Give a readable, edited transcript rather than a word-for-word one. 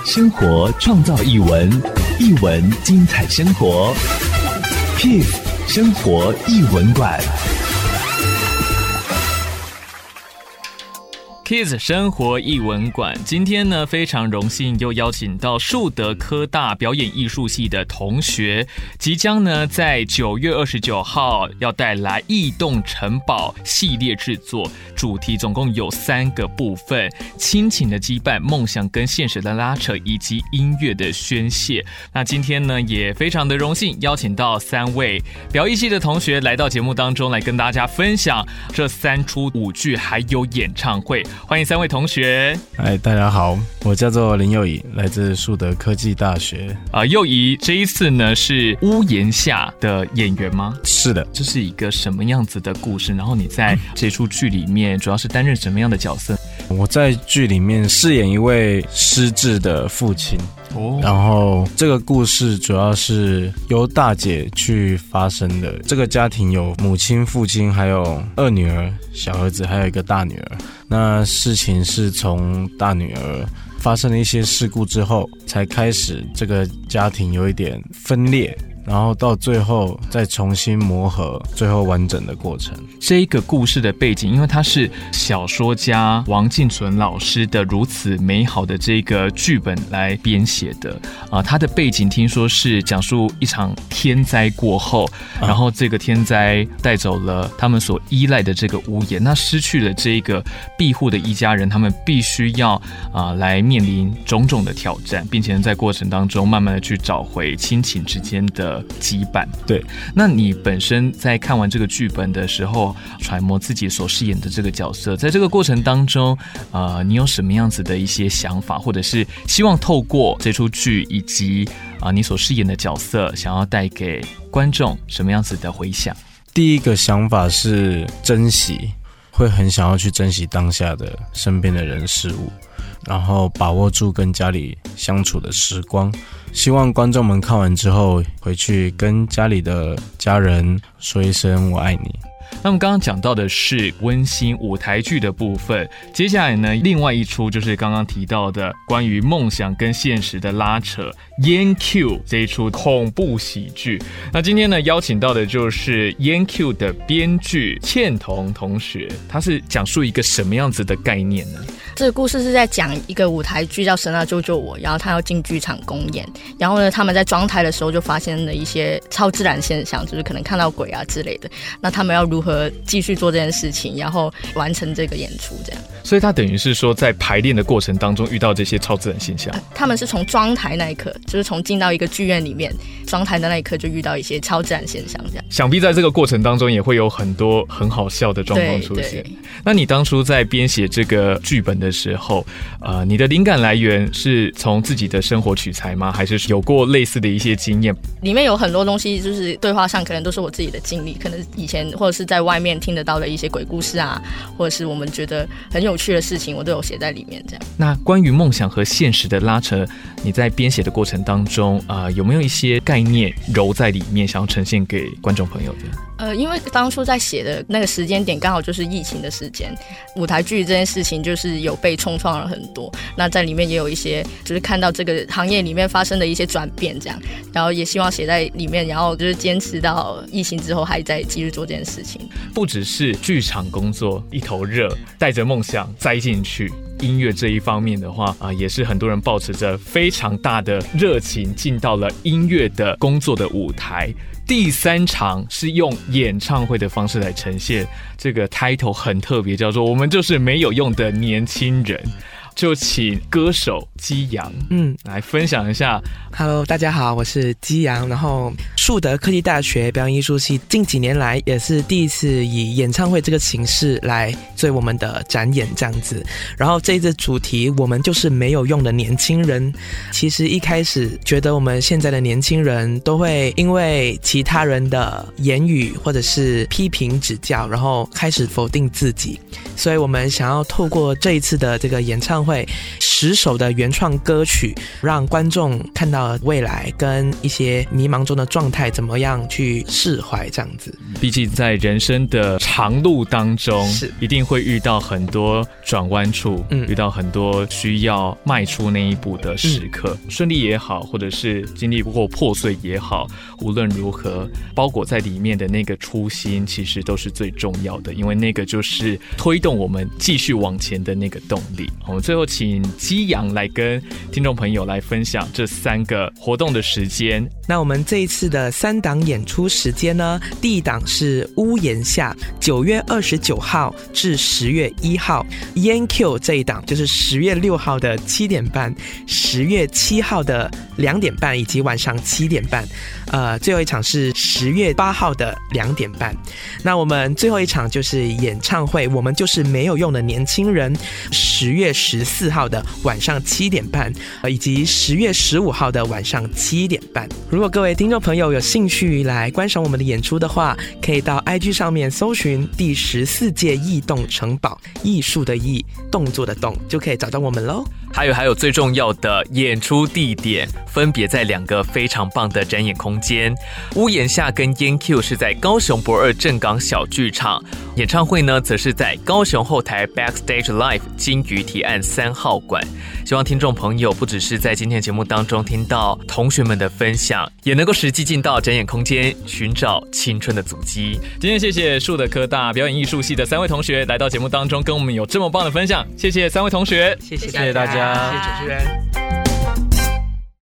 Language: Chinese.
生活创造艺文，艺文精彩生活。Kiss 生活艺文馆。 Kids 生活艺文馆，今天呢非常荣幸又邀请到树德科大表演艺术系的同学，即将呢在9月29号要带来异动城堡系列制作，主题总共有3个部分：亲情的羁绊、梦想跟现实的拉扯，以及音乐的宣泄。那今天呢也非常的荣幸邀请到3位表艺系的同学来到节目当中，来跟大家分享这3出舞剧还有演唱会。欢迎3位同学。 嗨，大家好，我叫做林佑仪，来自树德科技大学。 佑仪这一次呢是屋檐下的演员吗？ 是的。 这是一个什么样子的故事？然后你在这出剧里面主要是担任什么样的角色？ 我在剧里面饰演一位失智的父亲。然后这个故事主要是由大姐去发生的。这个家庭有母亲、父亲，还有2女儿、小儿子，还有一个大女儿。那事情是从大女儿发生了一些事故之后，才开始这个家庭有一点分裂，然后到最后再重新磨合，最后完整的过程。 这一个故事的背景，因为它是小说家王静纯老师的如此美好的这个剧本来编写的它的背景听说是讲述一场天灾过后，然后这个天灾带走了他们所依赖的这个屋檐，那失去了这个庇护的一家人，他们必须要来面临种种的挑战，并且在过程当中慢慢的去找回亲情之间的羁绊。 对， 那你本身在看完这个剧本的时候，揣摩自己所饰演的这个角色，在这个过程当中你有什么样子的一些想法，或者是希望透过这出剧以及你所饰演的角色，想要带给观众什么样子的回响？ 第一个想法是珍惜，会很想要去珍惜当下的身边的人事物，然后把握住跟家里相处的时光。希望观众们看完之后回去跟家里的家人说一声我爱你。 那么刚刚讲到的是温馨舞台剧的部分，接下来呢，另外一出就是刚刚提到的关于梦想跟现实的拉扯，烟 Q 这一出恐怖喜剧。那今天呢，邀请到的就是烟 Q 的编剧倩彤同学，他是讲述一个什么样子的概念呢？ 这个故事是在讲一个舞台剧叫《神啊救救我》，然后他要进剧场公演，然后呢，他们在装台的时候就发现了一些超自然现象，就是可能看到鬼啊之类的。那他们要如何继续做这件事情，然后完成这个演出这样。 所以他等于是说在排练的过程当中遇到这些超自然现象。 他们是从装台那一刻，就是从进到一个剧院里面装台的那一刻就遇到一些超自然现象这样。 想必在这个过程当中也会有很多很好笑的状况出现。那你当初在编写这个剧本的时候你的灵感来源是从自己的生活取材吗？还是有过类似的一些经验？ 里面有很多东西就是对话上可能都是我自己的经历，可能以前或者是在外面听得到的一些鬼故事啊，或者是我们觉得很有趣的事情，我都有写在里面这样。 那关于梦想和现实的拉扯，你在编写的过程当中有没有一些概念揉在里面，想要呈现给观众朋友的？ 因为当初在写的那个时间点刚好就是疫情的时间，舞台剧这件事情就是有被冲撞了很多，那在里面也有一些就是看到这个行业里面发生的一些转变这样，然后也希望写在里面，然后就是坚持到疫情之后还在继续做这件事情。 不只是剧场工作一头热，带着梦想栽进去，音乐这一方面的话也是很多人抱持着非常大的热情进到了音乐的工作的舞台。第3场是用演唱会的方式来呈现，这个 title 很特别，叫做我们就是没有用的年轻人。就请歌手基阳来分享一下。 Hello， 大家好，我是基阳。然后树德科技大学表演艺术系近几年来也是第一次以演唱会这个形式来做我们的展演这样子。然后这一次主题我们就是没有用的年轻人。其实一开始觉得我们现在的年轻人都会因为其他人的言语或者是批评指教，然后开始否定自己，所以我们想要透过这一次的这个演唱唱会10首的原创歌曲，让观众看到未来跟一些迷茫中的状态怎么样去释怀这样子。 毕竟在人生的长路当中，一定会遇到很多转弯处，遇到很多需要迈出那一步的时刻，顺利也好，或者是经历过破碎也好，无论如何，包裹在里面的那个初心，其实都是最重要的，因为那个就是推动我们继续往前的那个动力。我们最后请基阳来跟听众朋友来分享这3个活动的时间。 那我们这一次的3档演出时间呢，第一档是屋檐下，9月29号至10月1号 ENQ 这一档就是10月6号的7点半，10月7号的2点半以及晚上7点半，最后一场是10月8号的2点半。那我们最后一场就是演唱会，我们就是没有用的年轻人，10月14号的晚上7点半，以及10月15号的晚上7点半。如果各位听众朋友有兴趣来观赏我们的演出的话，可以到 IG 上面搜寻第14届艺动城堡，艺术的艺，动作的动，就可以找到我们咯。 还有最重要的演出地点分别在2个非常棒的展演空间，屋檐下跟 ENQ 是在高雄博二正港小剧场，演唱会呢则是在高雄后台 Backstage Live 金鱼提案3号馆。希望听众朋友不只是在今天节目当中听到同学们的分享，也能够实际进到展演空间寻找青春的足迹。 今天谢谢树德科大表演艺术系的3位同学来到节目当中跟我们有这么棒的分享，谢谢3位同学， 谢谢大家，谢谢主持人。